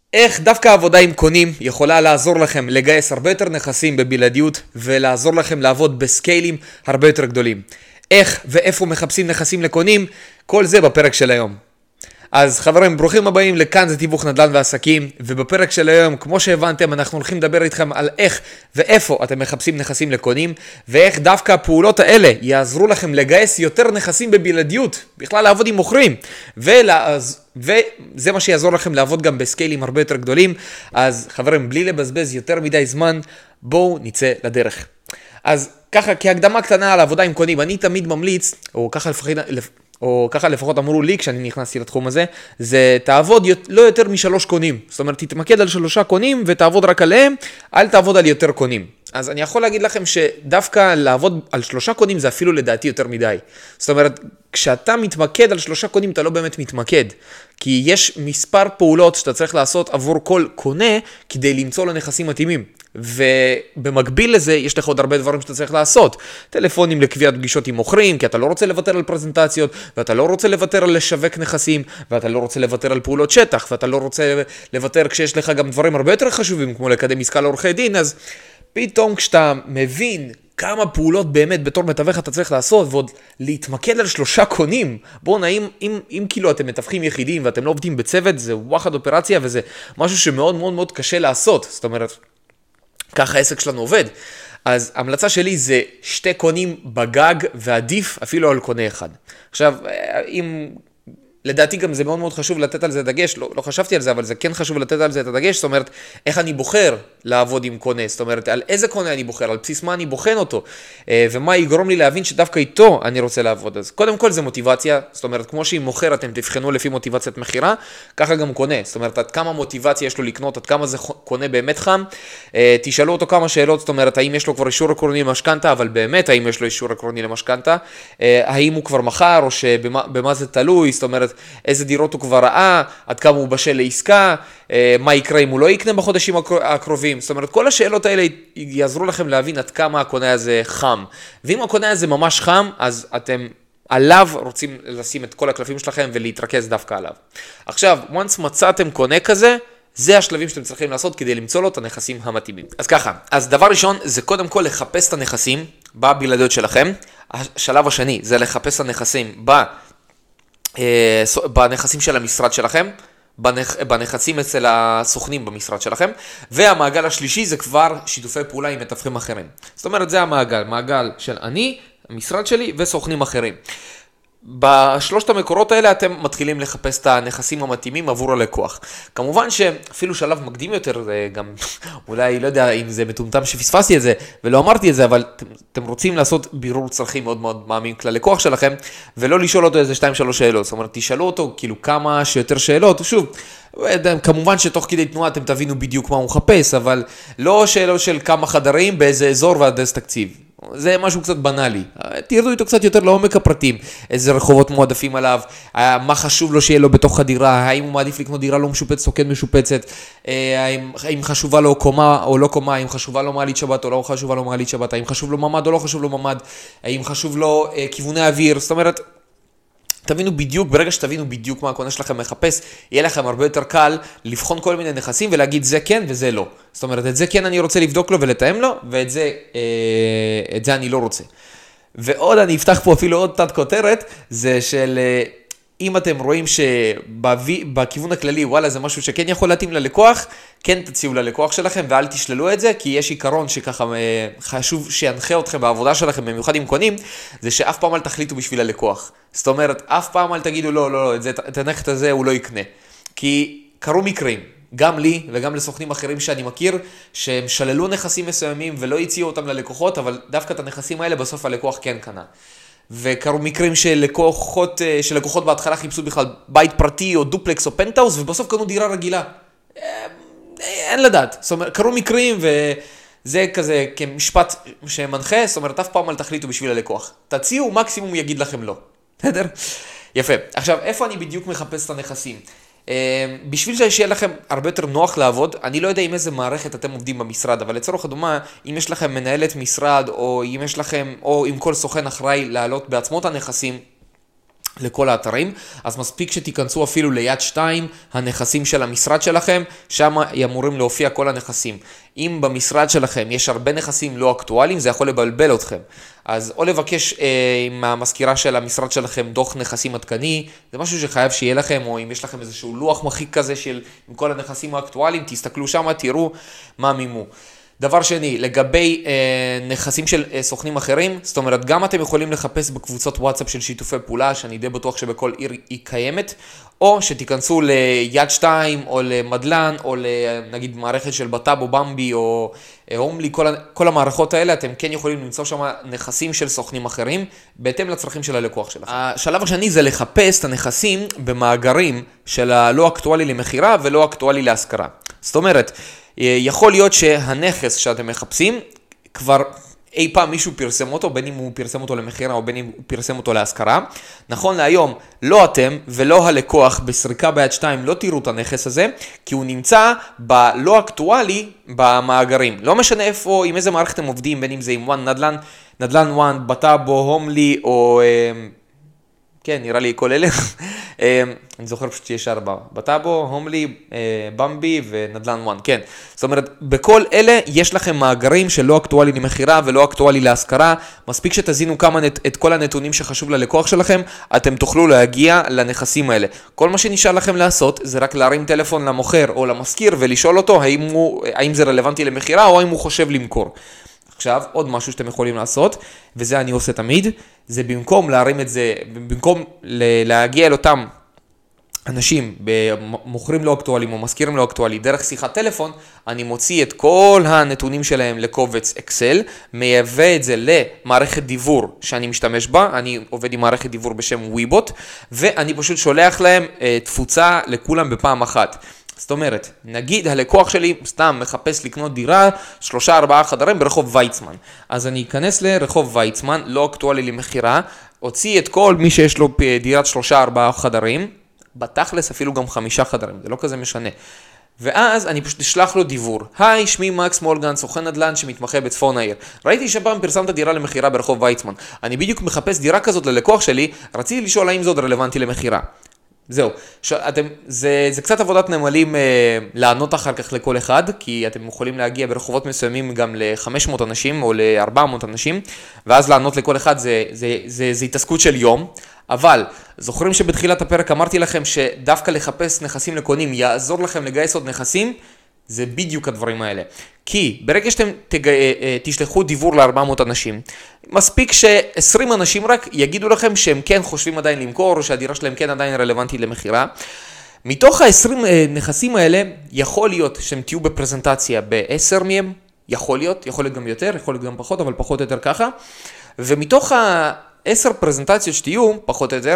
איך דווקא העבודה עם קונים יכולה לעזור לכם לגייס הרבה יותר נכסים בבלעדיות ולעזור לכם לעבוד בסקיילים הרבה יותר גדולים. איך ואיפה מחפשים נכסים לקונים, כל זה בפרק של היום. אז חברים, ברוכים הבאים לכאן זה תיווך נדל"ן ועסקים, ובפרק של היום, כמו שהבנתם, אנחנו הולכים לדבר איתכם על איך ואיפה אתם מחפשים נכסים לקונים, ואיך דווקא הפעולות האלה יעזרו לכם לגייס יותר נכסים בבלעדיות, בכלל לעבוד עם מוכרים, וזה מה שיעזור לכם לעבוד גם בסקיילים הרבה יותר גדולים. אז חברים, בלי לבזבז יותר מדי זמן, בואו נצא לדרך. אז ככה, כהקדמה קטנה על עבודה עם קונים, אני תמיד ממליץ, או ככה לפחות אמרו לי כשאני נכנסתי לתחום הזה, זה תעבוד לא יותר מ3 קונים. זאת אומרת, תתמקד על 3 קונים ותעבוד רק עליהם, אל תעבוד על יותר קונים. אז אני יכול להגיד לכם שדווקא לעבוד על 3 קונים זה אפילו לדעתי יותר מדי. זאת אומרת, כשאתה מתמקד על 3 קונים אתה לא באמת מתמקד. כי יש מספר פעולות שאתה צריך לעשות עבור כל קונה כדי למצוא לו נכסים מתאימים. ובמקביל לזה יש לך עוד הרבה דברים שאתה צריך לעשות. טלפונים לקביעת פגישות עם מוכרים, כי אתה לא רוצה לוותר על פרזנטציות, ואתה לא רוצה לוותר על לשווק נכסים, ואתה לא רוצה לוותר על פעולות שטח, ואתה לא רוצה לוותר כשיש לך גם דברים הרבה יותר חשובים, כמו לקדם עסקה לעורכי דין. אז פתאום כשאתה מבין כמה פעולות באמת בתור מתווך אתה צריך לעשות, ועוד להתמקד על 3 קונים, בואו נעים, אם כאילו אתם מתווכים יחידים ואתם לא עובדים בצוות, זה וואחד אופרציה, וזה משהו שמאוד מאוד מאוד קשה לעשות. זאת אומרת, ככה העסק שלנו עובד. אז המלצה שלי זה 2 קונים בגג, ועדיף אפילו על קונה אחד. עכשיו, לדעתי גם זה מאוד מאוד חשוב לתת על זה דגש, לא חשבתי על זה, אבל זה כן חשוב לתת על זה את הדגש. זאת אומרת, איך אני בוחר לעבוד עם קונה, זאת אומרת, על איזה קונה אני בוחר, על בסיס מה אני בוחן אותו, ומה יגרום לי להבין שדווקא איתו אני רוצה לעבוד. אז קודם כל זה מוטיבציה, זאת אומרת, כמו שאם מוכר אתם תבחנו לפי מוטיבציית מחירה, ככה גם קונה, זאת אומרת, עד כמה מוטיבציה יש לו לקנות, עד כמה זה קונה באמת חם, תשאלו אותו כמה שאלות, זאת אומרת, האם יש לו כבר אישור עקרוני למשכנתה, אבל באמת האם יש לו אישור עקרוני למשכנתה, האם הוא כבר מכר, או שבמה זה תלוי, זאת אומרת, איזה דירות הוא כבר ראה, עד כמה הוא בשל לעסקה, מה יקרה אם הוא לא יקנה בחודשים הקרובים. זאת אומרת, כל השאלות האלה יעזרו לכם להבין עד כמה הקונה הזה חם. ואם הקונה הזה ממש חם, אז אתם עליו רוצים לשים את כל הקלפים שלכם ולהתרכז דווקא עליו. עכשיו, once מצאתם קונה כזה, זה השלבים שאתם צריכים לעשות כדי למצוא לו את הנכסים המתאימים. אז ככה, אז דבר ראשון זה קודם כל לחפש את הנכסים בבלעדיות שלכם. השלב השני זה לחפש את הנכסים בנכסים של המשרד שלכם, בנכסים אצל הסוכנים במשרד שלכם, והמעגל השלישי זה כבר שיתופי פעולה עם מתווכים אחרים. זאת אומרת, זה מעגל של אני, המשרד שלי וסוכנים אחרים. בשלושת המקורות האלה אתם מתחילים לחפש את הנכסים המתאימים עבור הלקוח. כמובן שאפילו שלב מקדים יותר, זה גם אולי לא יודע אם זה מטומטם שפספסתי את זה ולא אמרתי את זה, אבל אתם רוצים לעשות בירור צרכים מאוד מאוד מעמיק ללקוח שלכם, ולא לשאול אותו איזה 2-3 שאלות. זאת אומרת, תשאלו אותו כאילו כמה שיותר שאלות. שוב, כמובן שתוך כדי תנועה אתם תבינו בדיוק מה הוא מחפש, אבל לא שאלות של כמה חדרים, באיזה אזור ועד איזה תקציב. זה משהו קצת בנאלי. תרדו איתו קצת יותר לעומק הפרטים. איזה רחובות מועדפים עליו, מה חשוב לו שיהיה לו בתוך הדירה, האם הוא מעדיף לקנות דירה לא משופצת או כן משופצת, האם חשובה לו קומה או לא קומה, האם חשובה לו מעלית שבת או לא חשובה לו מעלית שבת, האם חשוב לו ממד או לא חשוב לו ממד, האם חשוב לו כיווני אוויר. זאת אומרת, תבינו בדיוק, ברגע שתבינו בדיוק מה הקונה שלכם מחפש, יהיה לכם הרבה יותר קל לבחון כל מיני נכסים ולהגיד זה כן וזה לא. זאת אומרת, את זה כן אני רוצה לבדוק לו ולתאם לו, ואת זה אני לא רוצה. ועוד אני אפתח פה אפילו עוד תת כותרת, זה של אם אתם רואים שבכיוון הכללי, וואלה, זה משהו שכן יכול להתאים ללקוח, כן תציעו ללקוח שלכם ואל תשללו את זה, כי יש עיקרון שככה חשוב שינחה אתכם בעבודה שלכם, במיוחד עם קונים, זה שאף פעם אל תחליטו בשביל הלקוח. זאת אומרת, אף פעם אל תגידו, לא, את הנכס הזה הוא לא יקנה. כי קרו מקרים, גם לי וגם לסוכנים אחרים שאני מכיר, שהם שללו נכסים מסוימים ולא הציעו אותם ללקוחות, אבל דווקא את הנכסים האלה בסוף הלקוח כן קנה. וקרו מקרים שלקוחות בהתחלה חיפשו בכלל בית פרטי או דופלקס או פנטהאוס, ובסוף קנו דירה רגילה. אין לדעת. זאת אומרת, קרו מקרים וזה כזה כמשפט שמנחה, זאת אומרת, אף פעם אל תחליטו בשביל הלקוח. תציעו, מקסימום יגיד לכם לא. בסדר? יפה. עכשיו, איפה אני בדיוק מחפש את הנכסים? בשביל שיהיה לכם הרבה יותר נוח לעבוד, אני לא יודע עם איזה מערכת אתם עובדים במשרד, אבל לצורך הדוגמה, אם יש לכם מנהלת משרד, או אם יש לכם, או אם כל סוכן אחראי לעלות בעצמו את הנכסים, לכל האתרים, אז מספיק שתיכנסו אפילו ליד 2, הנכסים של המשרד שלכם, שם אמורים להופיע כל הנכסים. אם במשרד שלכם יש הרבה נכסים לא אקטואליים, זה יכול לבלבל אתכם. אז או לבקש עם המזכירה של המשרד שלכם דוח נכסים עדכני, זה משהו שחייב שיהיה לכם, או אם יש לכם איזשהו לוח מחיק כזה עם כל הנכסים האקטואליים, תסתכלו שם, תראו מה מימו. דבר שני, לגבי נכסים של סוכנים אחרים, זאת אומרת, גם אתם יכולים לחפש בקבוצות וואטסאפ של שיתופי פעולה, שאני די בטוח שבכל עיר היא קיימת, או שתיכנסו ליד 2, או למדלן, או נגיד מערכת של בטאבו, במבי, או הומלי, כל המערכות האלה, אתם כן יכולים למצוא שם נכסים של סוכנים אחרים, בהתאם לצרכים של הלקוח שלכם. השלב השני זה לחפש את הנכסים במאגרים של הלא אקטואלי למחירה ולא אקטואלי להשכרה. זאת אומרת, יכול להיות שהנכס שאתם מחפשים, כבר אי פעם מישהו פרסם אותו, בין אם הוא פרסם אותו למחירה או בין אם הוא פרסם אותו להשכרה. נכון להיום, לא אתם ולא הלקוח בסריקה ביד 2 לא תראו את הנכס הזה, כי הוא נמצא בלא אקטואלי במאגרים. לא משנה איפה, עם איזה מערכת הם עובדים, בין אם זה עם נדל"ן 1, בטאבו, הומלי או... כן, נראה לי כל אלה. אני זוכר פשוט שיש 4. בטאבו, הומלי, במבי ונדל"ן 1. כן. זאת אומרת, בכל אלה יש לכם מאגרים שלא אקטואלי למחירה ולא אקטואלי להשכרה. מספיק שתזינו את כל הנתונים שחשוב ללקוח שלכם, אתם תוכלו להגיע לנכסים האלה. כל מה שנשאר לכם לעשות זה רק להרים טלפון למוכר או למזכיר ולשאול אותו האם זה רלוונטי למחירה או האם הוא חושב למכור. עכשיו, עוד משהו שאתם יכולים לעשות, וזה אני עושה תמיד, זה במקום להרים את זה, במקום להגיע אל אותם אנשים מוכרים לא אקטואליים או מזכירים לא אקטואלי דרך שיחת טלפון, אני מוציא את כל הנתונים שלהם לקובץ אקסל, מייבא את זה למערכת דיבור שאני משתמש בה, אני עובד עם מערכת דיבור בשם וויבוט, ואני פשוט שולח להם תפוצה לכולם בפעם אחת. זאת אומרת, נגיד הלקוח שלי סתם מחפש לקנות דירה 3-4 חדרים ברחוב ויצמן. אז אני אכנס לרחוב ויצמן, לא אקטואלי למחירה, הוציא את כל מי שיש לו דירת 3-4 חדרים, בתכלס אפילו גם 5 חדרים, זה לא כזה משנה. ואז אני פשוט אשלח לו דיבור. היי, שמי מקס מולגן, סוכן נדל"ן שמתמחה בצפון העיר. ראיתי שפעם פרסמת דירה למחירה ברחוב ויצמן. אני בדיוק מחפש דירה כזאת ללקוח שלי, רציתי לשאול האם זה עוד רלוונטי למחירה. זהו, זה קצת עבודת נמלים לענות אחר כך לכל אחד, כי אתם יכולים להגיע ברחובות מסוימים גם ל-500 אנשים או ל-400 אנשים, ואז לענות לכל אחד זה התעסקות של יום, אבל זוכרים שבתחילת הפרק אמרתי לכם שדווקא לחפש נכסים לקונים יעזור לכם לגייס עוד נכסים, זה בדיוק הדברים האלה. כי ברגע שאתם תשלחו דיבור ל-400 אנשים, מספיק ש-20 אנשים רק יגידו לכם שהם כן חושבים עדיין למכור, או שהדירה שלהם כן עדיין רלוונטית למחירה. מתוך ה-20 נכסים האלה, יכול להיות שהם תהיו בפרזנטציה ב-10 מהם, יכול להיות גם יותר, יכול להיות גם פחות, אבל פחות או יותר ככה. ומתוך ה-10 פרזנטציות שתהיו, פחות או יותר,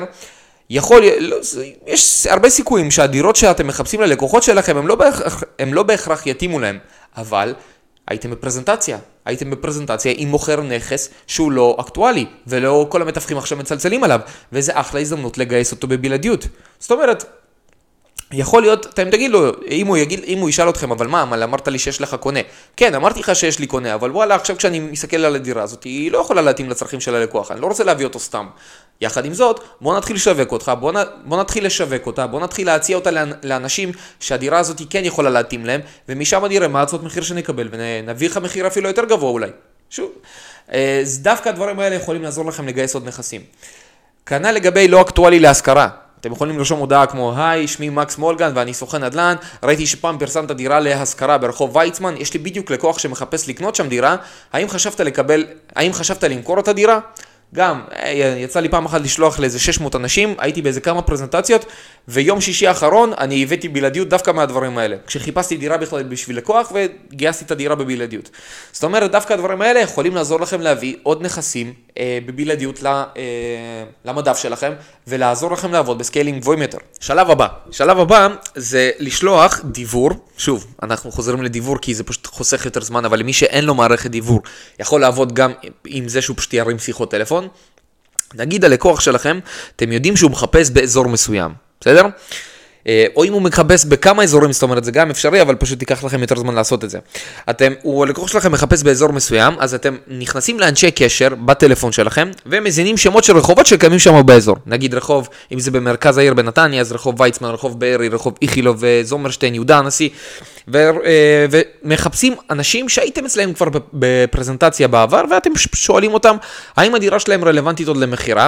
יש הרבה סיכויים שהדירות שאתם מחפשים ללקוחות שלכם הם לא בהכרח יתאימו להם, אבל הייתם בפרזנטציה עם מוכר נכס שהוא לא אקטואלי, ולא כל המתווכים עכשיו מצלצלים עליו, וזה אחלה הזדמנות לגייס אותו בבלעדיות. זאת אומרת, יכול להיות, אתם תגידו, אם הוא ישאל אתכם, אבל מה, אמרת לי שיש לך קונה. כן, אמרתי לך שיש לי קונה, אבל וואלה, עכשיו כשאני מסתכל על הדירה הזאת, היא לא יכולה להתאים לצרכים של הלקוח, אני לא רוצה להביא אותו סתם. יחד עם זאת, בוא נתחיל לשווק אותך, בוא נתחיל לשווק אותה, בוא נתחיל להציע אותה לאנשים שהדירה הזאת כן יכולה להתאים להם, ומשם נראה מה הצעות מחיר שנקבל, ונביא לך מחיר אפילו יותר גבוה אולי. שוב, דווקא הדברים האלה יכולים לעזור לכם לגייס עוד נכסים. כנ"ל לגבי לא אקטואלי להשכרה. אתם יכולים לרשום הודעה כמו, היי, שמי מקס מולגן ואני סוכן נדל"ן, ראיתי שפעם פרסמת דירה להשכרה ברחוב ויצמן, יש לי בדיוק לקוח שמחפש לקנות שם דירה, האם חשבת למכור את הדירה? גם, יצא לי פעם אחת לשלוח לאיזה 600 אנשים, הייתי באיזה כמה פרזנטציות, ויום שישי האחרון אני הבאתי בלעדיות דווקא מהדברים האלה. כשחיפשתי דירה בכלל בשביל לקוח, וגייסתי את הדירה בבלעדיות. זאת אומרת, דווקא הדברים האלה יכולים לעזור לכם להביא עוד נכסים בבלעדיות למדף שלכם, ולעזור לכם לעבוד בסקיילינג גבוהים יותר. שלב הבא זה לשלוח דיבור, שוב, אנחנו חוזרים לדיבור כי זה פשוט חוסך יותר זמן, אבל למי שאין לו מערכת דיבור, יכול לעבוד גם עם זה שהוא פשוט ירים שיחות טלפון. נגיד הלקוח שלכם, אתם יודעים שהוא מחפש באזור מסוים, בסדר? או אם הוא מחפש בכמה אזורים, זאת אומרת, זה גם אפשרי, אבל פשוט ייקח לכם יותר זמן לעשות את זה. הלקוח שלכם מחפש באזור מסוים, אז אתם נכנסים לאנשי קשר בטלפון שלכם, ומזינים שמות של רחובות שקיימים שם באזור. נגיד רחוב, אם זה במרכז העיר בנתניה, אז רחוב ויצמן, רחוב בארי, רחוב איכילוב וזומרשטיין, יהודה הנשיא, ומחפשים אנשים שהייתם אצלם כבר בפרזנטציה בעבר, ואתם שואלים אותם, האם הדירה שלהם רלוונטית עוד למחירה?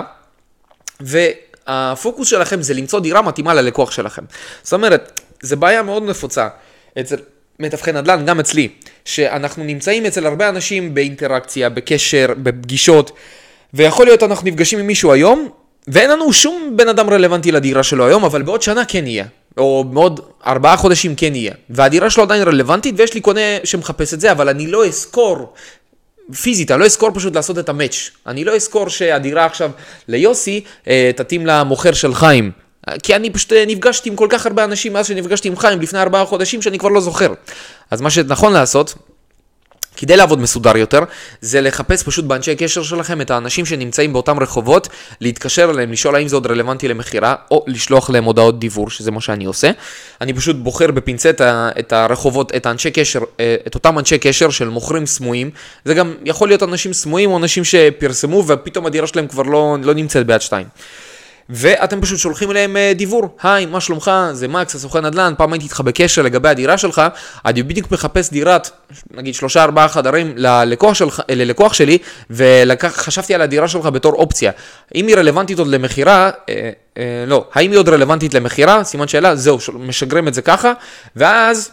והפוקוס שלכם זה למצוא דירה מתאימה ללקוח שלכם. זאת אומרת, זה בעיה מאוד נפוצה אצל מתווכי נדל"ן, גם אצלי, שאנחנו נמצאים אצל הרבה אנשים באינטראקציה, בקשר, בפגישות, ויכול להיות אנחנו נפגשים עם מישהו היום, ואין לנו שום בן אדם רלוונטי לדירה שלו היום, אבל בעוד שנה כן יהיה, או בעוד 4 חודשים כן יהיה, והדירה שלו עדיין רלוונטית, ויש לי קונה שמחפש את זה, אבל אני לא אזכור פיזית, אני לא אזכור פשוט לעשות את המאץ'. אני לא אזכור שהדירה עכשיו ליוסי תתאים למוכר של חיים. כי אני פשוט נפגשתי עם כל כך הרבה אנשים מאז שנפגשתי עם חיים לפני 4 חודשים שאני כבר לא זוכר. אז מה שנכון לעשות, כדי לעבוד מסודר יותר, זה לחפש פשוט באנשי הקשר שלכם את האנשים שנמצאים באותם רחובות, להתקשר אליהם, לשאול האם זה עוד רלוונטי למחירה, או לשלוח להם הודעות דיוור, שזה מה שאני עושה. אני פשוט בוחר בפינצט את הרחובות, את האנשי קשר, את אותם אנשי קשר של מוכרים סמויים. זה גם יכול להיות אנשים סמויים או אנשים שפרסמו, ופתאום הדירה שלהם כבר לא נמצאת ביד 2. ואתם פשוט שולחים אליהם דיוור, היי, מה שלומך? זה מקס, הסוכן נדל"ן, פעם הייתי איתך בקשר לגבי הדירה שלך, אני בדיוק מחפש דירת, נגיד 3-4 חדרים ללקוח שלי, וחשבתי על הדירה שלך בתור אופציה. אם היא רלוונטית עוד למחירה, לא, האם היא עוד רלוונטית למחירה? סימן שאלה, זהו, משגרים את זה ככה, ואז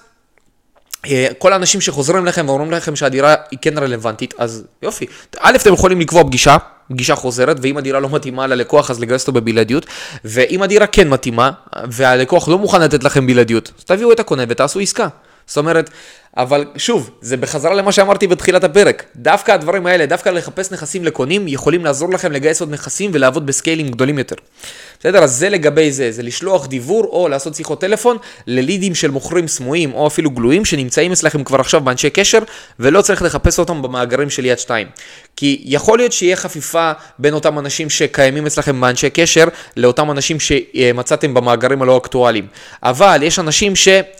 כל האנשים שחוזרים לכם ואומרים לכם שהדירה היא כן רלוונטית, אז יופי. א', אתם יכולים לקבוע פגישה חוזרת, ואם הדירה לא מתאימה ללקוח, אז לגייס אותו בבלעדיות, ואם הדירה כן מתאימה, והלקוח לא מוכן לתת לכם בלעדיות, אז תביאו את הקונה ותעשו עסקה. זאת אומרת, אבל שוב, זה בחזרה למה שאמרתי בתחילת הפרק. דווקא הדברים האלה, דווקא לחפש נכסים לקונים, יכולים לעזור לכם לגייס עוד נכסים ולעבוד בסקיילים גדולים יותר. בסדר, אז זה לגבי זה לשלוח דיוור או לעשות שיחות טלפון ללידים של מוכרים סמויים או אפילו גלויים שנמצאים אצלכם כבר עכשיו באנשי קשר, ולא צריך לחפש אותם במאגרים של יד 2. כי יכול להיות שיהיה חפיפה בין אותם אנשים שקיימים אצלכם באנשי קשר, לאותם אנשים שמצאתם במאגרים הלא אקטואליים. אבל יש אנשים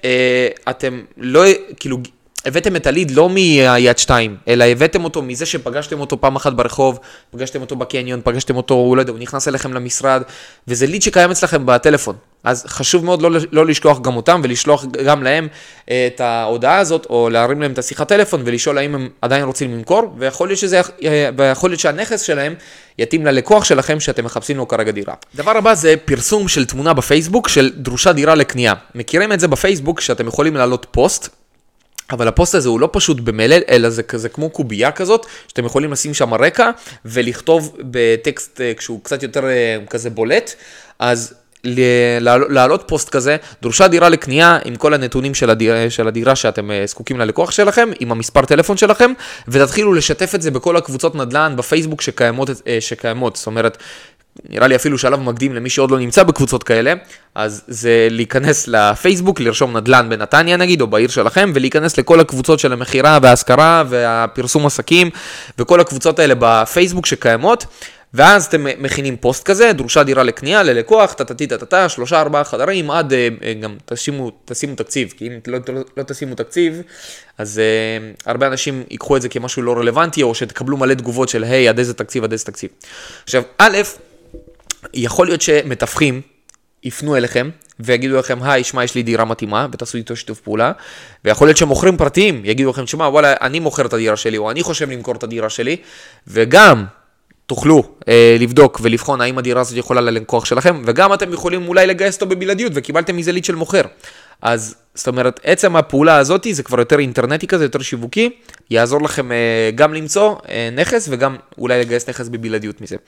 שאתם לא, כאילו, הבאתם את הליד לא מיד 2, אלא הבאתם אותו מזה שפגשתם אותו פעם אחת ברחוב, פגשתם אותו בקניון, פגשתם אותו, הוא לא יודע, הוא נכנס אליכם למשרד, וזה ליד שקיים אצלכם בטלפון. אז חשוב מאוד לא לשלוח גם אותם, ולשלוח גם להם את ההודעה הזאת, או להרים להם את השיחת טלפון, ולשאול האם הם עדיין רוצים למכור, ויכול להיות שהנכס שלהם יתאים ללקוח שלכם שאתם מחפשים לו כרגע דירה. דבר הבא זה פרסום של תמונה בפייסבוק של דרושה דירה לקנייה. מכירים את זה בפייסבוק שאתם יכולים להעלות פוסט, אבל הפוסט הזה הוא לא פשוט במלל, אלא זה כזה כמו קובייה כזאת, שאתם יכולים לשים שם רקע, ולכתוב בטקסט כשהוא קצת יותר כזה בולט, אז להעלות פוסט כזה, דרושה דירה לקנייה עם כל הנתונים של הדירה שאתם זקוקים ללקוח שלכם, עם המספר טלפון שלכם, ותתחילו לשתף את זה בכל הקבוצות נדל"ן בפייסבוק שקיימות, זאת אומרת, נראה לי אפילו שלב מקדים למי שעוד לא נמצא בקבוצות כאלה, אז זה להיכנס לפייסבוק, לרשום נדל"ן בנתניה נגיד, או בעיר שלכם, ולהיכנס לכל הקבוצות של המחירה וההשכרה והפרסום עסקים, וכל הקבוצות האלה בפייסבוק שקיימות, ואז אתם מכינים פוסט כזה, דרושה דירה לקנייה, ללקוח, 3-4 חדרים, עד גם תשימו תקציב, כי אם לא תשימו תקציב, אז הרבה אנשים ייקחו את זה כמשהו לא רלוונטי, או שתקבלו מלא תגובות של, היי, עד איזה תקציב. עכשיו, א', יכול להיות שמתווכים יפנו אליכם, ויגידו לכם, היי, שמע, יש לי דירה מתאימה, ותעשו איתו שיתוף פעולה, ויכול להיות שמוכרים פרטיים, יגידו לכם, שמע, וואלה, אני מוכר את הדירה שלי, או אני חושב למכור את הדירה שלי, וגם תוכלו לבדוק ולבחון האם הדירה הזאת יכולה ללקוח שלכם, וגם אתם יכולים אולי לגייס אותו בבלעדיות, וקיבלתם מזה ליד של מוכר. אז זאת אומרת, עצם הפעולה הזאת, זה כבר יותר אינטרנטי כזה, יותר שיווקי, יעזור לכם גם למצוא נכס, וגם אולי לגייס נכס בבלעדיות מזה.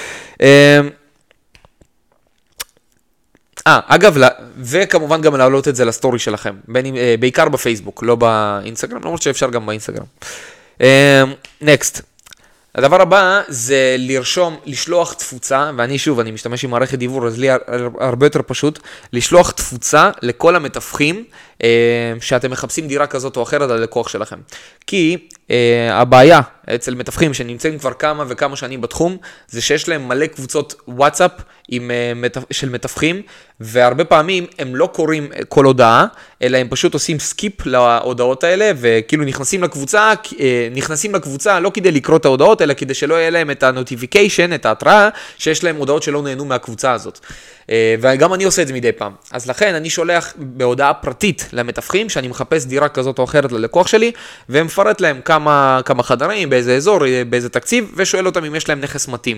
אגב, וכמובן גם להעלות את זה לסטורי שלכם, בעיקר בפייסבוק, לא באינסטגרם, למרות שאפשר גם באינסטגרם. נקסט. הדבר הבא זה לשלוח תפוצה, ואני שוב, אני משתמש עם מערכת דיוור, אז לי הרבה יותר פשוט, לשלוח תפוצה לכל המתווכים שאתם מחפשים דירה כזאת או אחרת על הלקוח שלכם. כי הבעיה אצל מתווכים שנמצאים כבר כמה וכמה שנים בתחום, זה שיש להם מלא קבוצות וואטסאפ של מתווכים, והרבה פעמים הם לא קוראים כל הודעה, אלא הם פשוט עושים סקיפ להודעות האלה, וכאילו נכנסים לקבוצה לא כדי לקרוא את ההודעות, אלא כדי שלא יהיה להם את הנוטיפיקיישן, את ההתראה, שיש להם הודעות שלא נהנו מהקבוצה הזאת. וגם אני עושה את זה מדי פעם. אז לכן אני שולח בהודעה פרטית למתווכים, שאני מחפש דירה כזאת או אחרת ללקוח שלי, ומפרט להם כמה חדרים, באיזה אזור, באיזה תקציב, ושואל אותם אם יש להם נכס מתאים.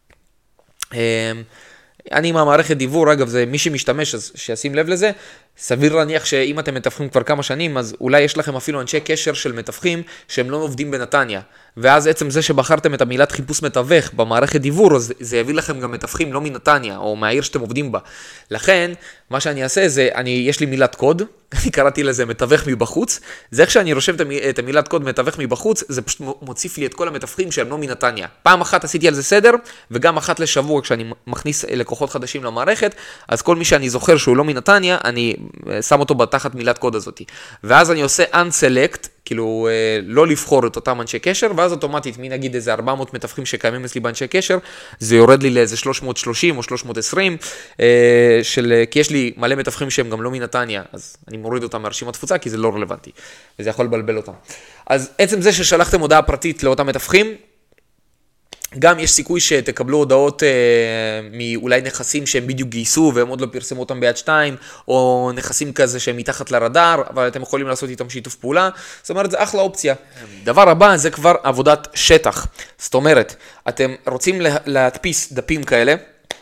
אני עם המערכת דיוור, אגב, זה מי שמשתמש, אז שישים לב לזה. סביר להניח שאם אתם מתווכים כבר כמה שנים, אז אולי יש לכם אפילו אנשי קשר של מתווכים שהם לא עובדים בנתניה. ואז עצם זה שבחרתם את המילת חיפוש מתווך במערכת דיוור, אז זה יביא לכם גם מתווכים לא מנתניה, או מהעיר שאתם עובדים בה. לכן, מה שאני אעשה זה, יש לי מילת קוד, אני קראתי לזה מתווך מבחוץ, זה איך שאני רושם את המילת קוד מתווך מבחוץ, זה פשוט מוסיף לי את כל המתווכים שהם לא מנתניה. פעם אחת עשיתי על זה סדר, וגם אחת לשבוע כשאני מכניס לקוחות חדשים למערכת, אז כל מי שאני זוכר שהוא לא מנתניה, אני שם אותו בתחת מילת קוד הזאת. ואז אני עושה unselect, כאילו לא לבחור את אותם אנשי קשר, ואז אוטומטית, נגיד איזה 400 מתווכים שקיימים אצלי באנשי קשר, זה יורד לי לאיזה 330 או 320, כי יש לי מלא מתווכים שהם גם לא מנתניה, אז אני מוריד אותם מהרשימת תפוצה, כי זה לא רלוונטי, וזה יכול לבלבל אותם. אז עצם זה ששלחתם הודעה פרטית לאותם מתווכים, גם יש סיכוי שתקבלו הודעות מאולי נכסים שהם בדיוק גייסו והם עוד לא פרסמו אותם ביד 2, או נכסים כזה שהם מתחת לרדאר, אבל אתם יכולים לעשות איתם שיתוף פעולה. זאת אומרת, זה אחלה אופציה. דבר הבא זה כבר עבודת שטח. זאת אומרת, אתם רוצים להדפיס דפים כאלה,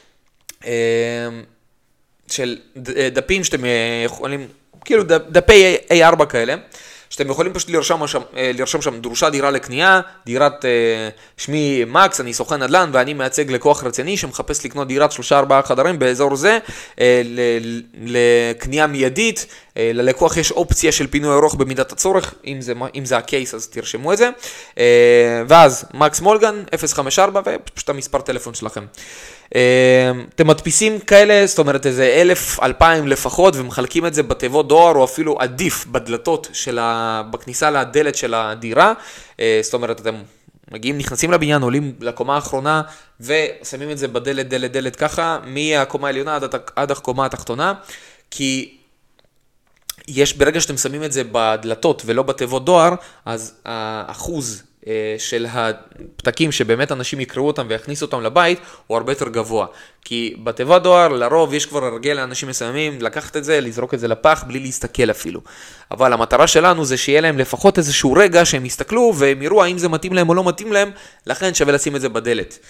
של דפים שאתם יכולים, כאילו דפי A4 כאלה, שאתם יכולים פשוט לרשום שם דרושה דירה לקנייה, דירת שמי מקס, אני סוכן נדל"ן ואני מייצג לקוח רציני שמחפש לקנות דירת 3-4 חדרים באזור זה, לקנייה מיידית, ללקוח יש אופציה של פינוי ארוך במידת הצורך, אם זה הקייס אז תרשמו את זה, ואז מקס מולגן 054 ופשוט המספר טלפון שלכם. אתם מדפיסים כאלה, זאת אומרת איזה 1,000-2,000 לפחות, ומחלקים את זה בתיבות דואר, או אפילו עדיף בדלתות בכניסה לדלת של הדירה. זאת אומרת, אתם מגיעים, נכנסים לבניין, עולים לקומה האחרונה, ושמים את זה בדלת ככה, מהקומה העליונה עד הקומה התחתונה, כי ברגע שאתם שמים את זה בדלתות ולא בתיבות דואר, אז האחוז של הפתקים שבאמת אנשים יקראו אותם ויכניסו אותם לבית הוא הרבה יותר גבוה. כי בתיבת דואר לרוב יש כבר הרגל לאנשים מסוימים לקחת את זה, לזרוק את זה לפח בלי להסתכל אפילו. אבל המטרה שלנו זה שיהיה להם לפחות איזשהו רגע שהם יסתכלו והם יראו האם זה מתאים להם או לא מתאים להם, לכן שווה לשים את זה בדלת.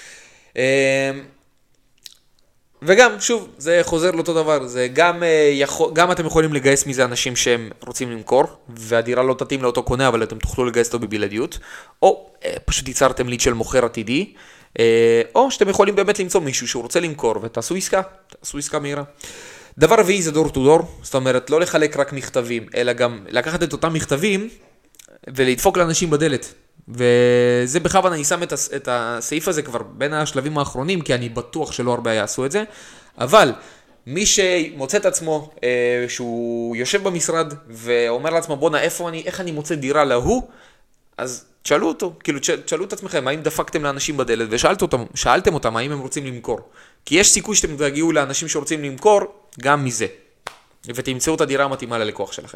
וגם, שוב, זה חוזר לאותו דבר, זה גם אתם יכולים לגייס מזה אנשים שהם רוצים למכור, והדירה לא תתאים לאותו קונה, אבל אתם תוכלו לגייס אותו בבלעדיות, או פשוט ייצרתם ליד של מוכר עתידי, או שאתם יכולים באמת למצוא מישהו שהוא רוצה למכור, ותעשו עסקה מהירה. דבר רביעי זה דור טו דור, זאת אומרת, לא לחלק רק מכתבים, אלא גם לקחת את אותם מכתבים, ולדפוק לאנשים בדלת. וזה בכוונה, אני שם את הסעיף הזה כבר בין השלבים האחרונים, כי אני בטוח שלא הרבה יעשו את זה, אבל מי שמוצא את עצמו, שהוא יושב במשרד, ואומר לעצמו, בונה, איך אני מוצא דירה להוא, אז תשאלו אותו, כאילו תשאלו את עצמכם, האם דפקתם לאנשים בדלת, ושאלתם אותם, האם הם רוצים למכור. כי יש סיכוי שאתם תגיעו לאנשים שרוצים למכור, גם מזה. ותמצאו את הדירה המתאימה ללקוח שלכם.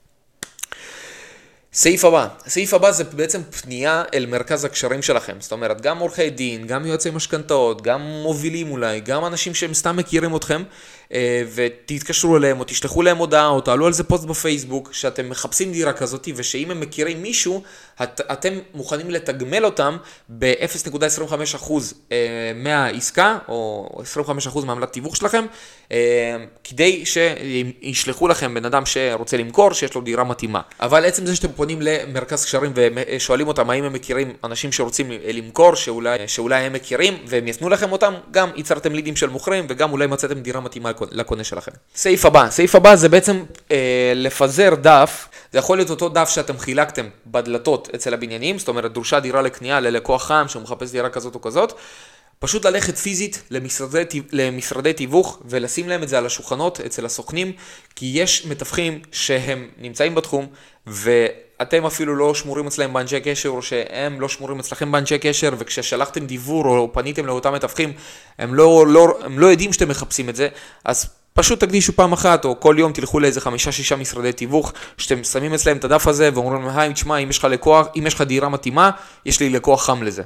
סעיף הבא זה בעצם פנייה אל מרכז הקשרים שלכם, זאת אומרת גם עורכי דין, גם יועצי משכנתאות, גם מובילים אולי, גם אנשים שהם סתם מכירים אתכם, ותתקשרו אליהם או תשלחו להם הודעה או תעלו על זה פוסט בפייסבוק שאתם מחפשים דירה כזאת, ושאם הם מכירים מישהו, אתם מוכנים לתגמל אותם ב-0.25% מהעסקה, או 25% מהעמלת תיווך שלכם, כדי שישלחו לכם בן אדם שרוצה למכור, שיש לו דירה מתאימה. אבל עצם זה שאתם פונים למרכז קשרים ושואלים אותם האם הם מכירים אנשים שרוצים למכור, שאולי הם מכירים, והם יתנו לכם אותם, גם ייצרתם לידים של מוכרים, וגם אולי מצאתם דירה מתאימה לקונה שלכם. סעיף הבא זה בעצם לפזר דף, זה יכול להיות אותו דף שאתם חילקתם בדלתות אצל הבניינים, זאת אומרת דרושה דירה לקנייה ללקוח חם שמחפש דירה כזאת או כזאת, פשוט ללכת פיזית למשרדי תיווך ולשים להם את זה על השולחנות אצל הסוכנים, כי יש מתווכים שהם נמצאים בתחום ואתם אפילו לא שמורים אצלם באנשי קשר, או שהם לא שמורים אצלכם באנשי קשר, וכששלחתם דיוור או פניתם לאותם מתווכים, הם לא יודעים שאתם מחפשים את זה, אז פשוט תקדישו פעם אחת, או כל יום תלכו לאיזה 5-6 משרדי תיווך, שאתם שמים אצלם את הדף הזה, ואומרים להם, היי, תשמע, אם יש לך דירה מתאימה, יש לי לקוח חם לזה.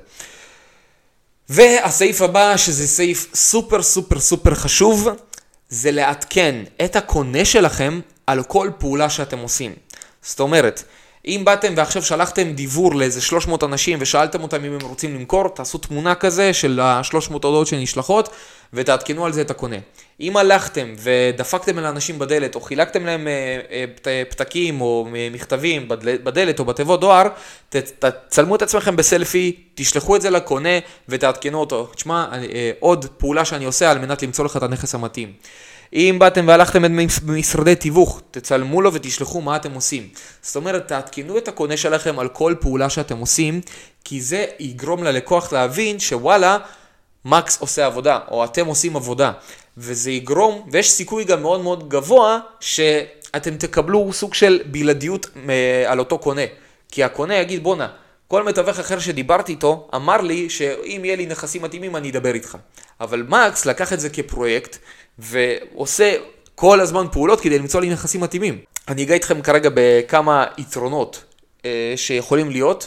והסעיף הבא, שזה סעיף סופר סופר סופר חשוב, זה לעדכן את הקונה שלכם על כל פעולה שאתם עושים. זאת אומרת, אם באתם ועכשיו שלחתם דיוור לאיזה 300 אנשים ושאלתם אותם אם הם רוצים למכור, תעשו תמונה כזה של ה-300 הודעות שנשלחות ותעדכנו על זה את הקונה. אם הלכתם ודפקתם אל האנשים בדלת או חילקתם להם פתקים או מכתבים בדלת או בתיבות דואר, תצלמו את עצמכם בסלפי, תשלחו את זה לקונה ותעדכנו אותו. תשמע, עוד פעולה שאני עושה על מנת למצוא לך את הנכס המתאים. אם באתם והלכתם במשרדי תיווך, תצלמו לו ותשלחו מה אתם עושים. זאת אומרת, תעדכנו את הקונה שלכם על כל פעולה שאתם עושים, כי זה יגרום ללקוח להבין שוואלה, מקס עושה עבודה, או אתם עושים עבודה. וזה יגרום, ויש סיכוי גם מאוד מאוד גבוה, שאתם תקבלו סוג של בלעדיות על אותו קונה. כי הקונה יגיד, בונה, כל מתווך אחר שדיברתי איתו, אמר לי שאם יהיה לי נכסים מתאימים, אני אדבר איתך. אבל מקס לקח את זה כפרויקט, ועושה כל הזמן פעולות כדי למצוא לי נכסים מתאימים. אני אגע איתכם כרגע בכמה יתרונות שיכולים להיות,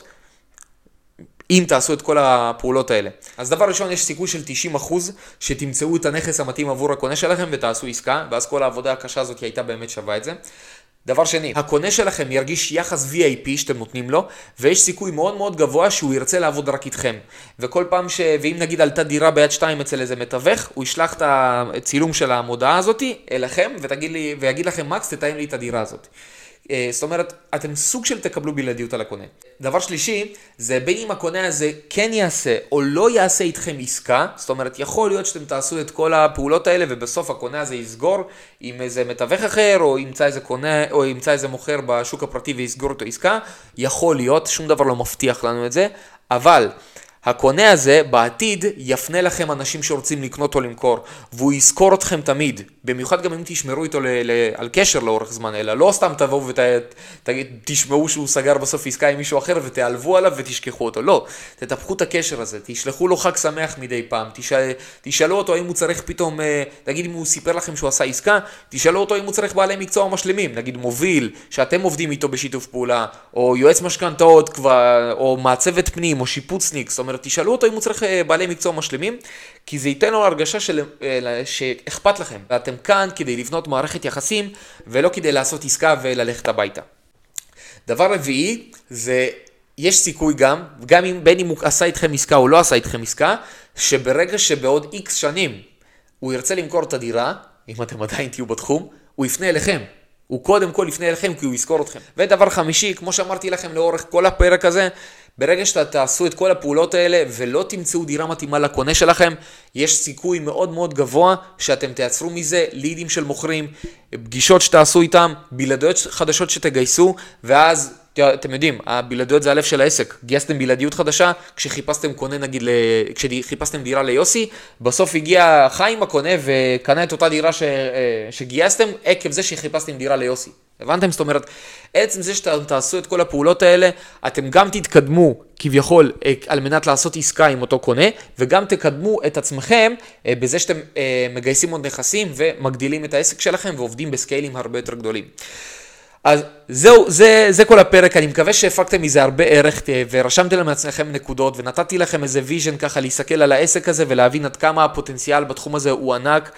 אם תעשו את כל הפעולות האלה. אז דבר ראשון, יש סיכוי של 90% שתמצאו את הנכס המתאים עבור הקונה שלכם ותעשו עסקה, ואז כל העבודה הקשה הזאת הייתה באמת שווה את זה. דבר שני, הקונה שלכם ירגיש יחס VIP שאתם נותנים לו, ויש סיכוי מאוד מאוד גבוה שהוא ירצה לעבוד רק איתכם. וכל פעם ואם נגיד עלתה דירה ביד 2 אצל איזה מתווך, הוא ישלח את הצילום של המודעה הזאת אליכם, ויגיד לכם, מקס, תתאם לי את הדירה הזאת. זאת אומרת, אתם סוג של תקבלו בלעדיות על הקונה. דבר שלישי, זה בין אם הקונה הזה כן יעשה או לא יעשה איתכם עסקה, זאת אומרת, יכול להיות שאתם תעשו את כל הפעולות האלה, ובסוף הקונה הזה יסגור עם איזה מתווך אחר, או ימצא איזה קונה, או ימצא איזה מוכר בשוק הפרטי ויסגור אותו עסקה, יכול להיות, שום דבר לא מבטיח לנו את זה, אבל הקונה הזה בעתיד יפנה לכם אנשים שרוצים לקנות או למכור, והוא יזכור אתכם תמיד, במיוחד גם אם תשמרו איתו על קשר לאורך זמן, אלא לא סתם תבואו ותשמעו שהוא סגר בסוף עסקה עם מישהו אחר ותעלבו עליו ותשכחו אותו, לא, תטפחו את הקשר הזה, תשלחו לו חג שמח מדי פעם, תשאלו אותו אם הוא צריך פתאום, נגיד אם הוא סיפר לכם שהוא עשה עסקה, תשאלו אותו אם הוא צריך בעלי מקצוע משלימים, נגיד מוביל, שאתם עובדים איתו בשיתוף פעולה, או יועץ משכנתאות, או מעצבת פנים, או שיפוצניק, זאת אומרת, תשאלו אותו אם הוא צריך בעלי מקצוע משלימים, כי זה ייתן לו הרגשה שאכפת לכם. ואתם כאן כדי לבנות מערכת יחסים, ולא כדי לעשות עסקה וללכת הביתה. דבר רביעי, זה יש סיכוי גם אם בין אם הוא עשה איתכם עסקה או לא עשה איתכם עסקה, שברגע שבעוד X שנים הוא ירצה למכור את הדירה, אם אתם עדיין תהיו בתחום, הוא יפנה אליכם. הוא קודם כל יפנה אליכם כי הוא יזכור אתכם. ודבר חמישי, כמו שאמרתי לכם לאורך כל הפרק הזה, ברגע שתעשו את כל הפעולות האלה ולא תמצאו דירה מתאימה לקונה שלכם, יש סיכוי מאוד מאוד גבוה שאתם תייצרו מזה לידים של מוכרים, פגישות שתעשו איתם, בלעדיות חדשות שתגייסו, ואז אתם יודעים, הבלעדיות זה הלב של העסק. גייסתם בלעדיות חדשה, כשחיפשתם קונה נגיד, כשחיפשתם דירה ליוסי, בסוף הגיע חיים הקונה וקנה את אותה דירה שגייסתם, עקב זה שחיפשתם דירה ליוסי. הבנתם? זאת אומרת, עצם זה שאתם תעשו את כל הפעולות האלה, אתם גם תתקדמו כביכול על מנת לעשות עסקה עם אותו קונה, וגם תקדמו את עצמכם בזה שאתם מגייסים עוד נכסים ומגדילים את העסק שלכם ועובדים בסקיילים הרבה יותר גדולים. אז זהו, זה כל הפרק, אני מקווה שהפקתם מזה הרבה ערך ורשמתם לעצמכם נקודות ונתתי לכם איזה ויז'ן ככה להסתכל על העסק הזה ולהבין עד כמה הפוטנציאל בתחום הזה הוא ענק.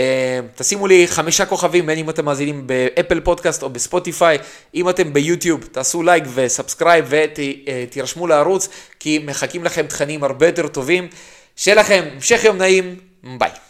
תשימו לי 5 כוכבים, בין אם אתם מאזינים באפל פודקאסט או בספוטיפיי, אם אתם ביוטיוב תעשו לייק וסאבסקרייב ותירשמו לערוץ כי מחכים לכם תכנים הרבה יותר טובים. שיהיה לכם המשך יום נעים, ביי.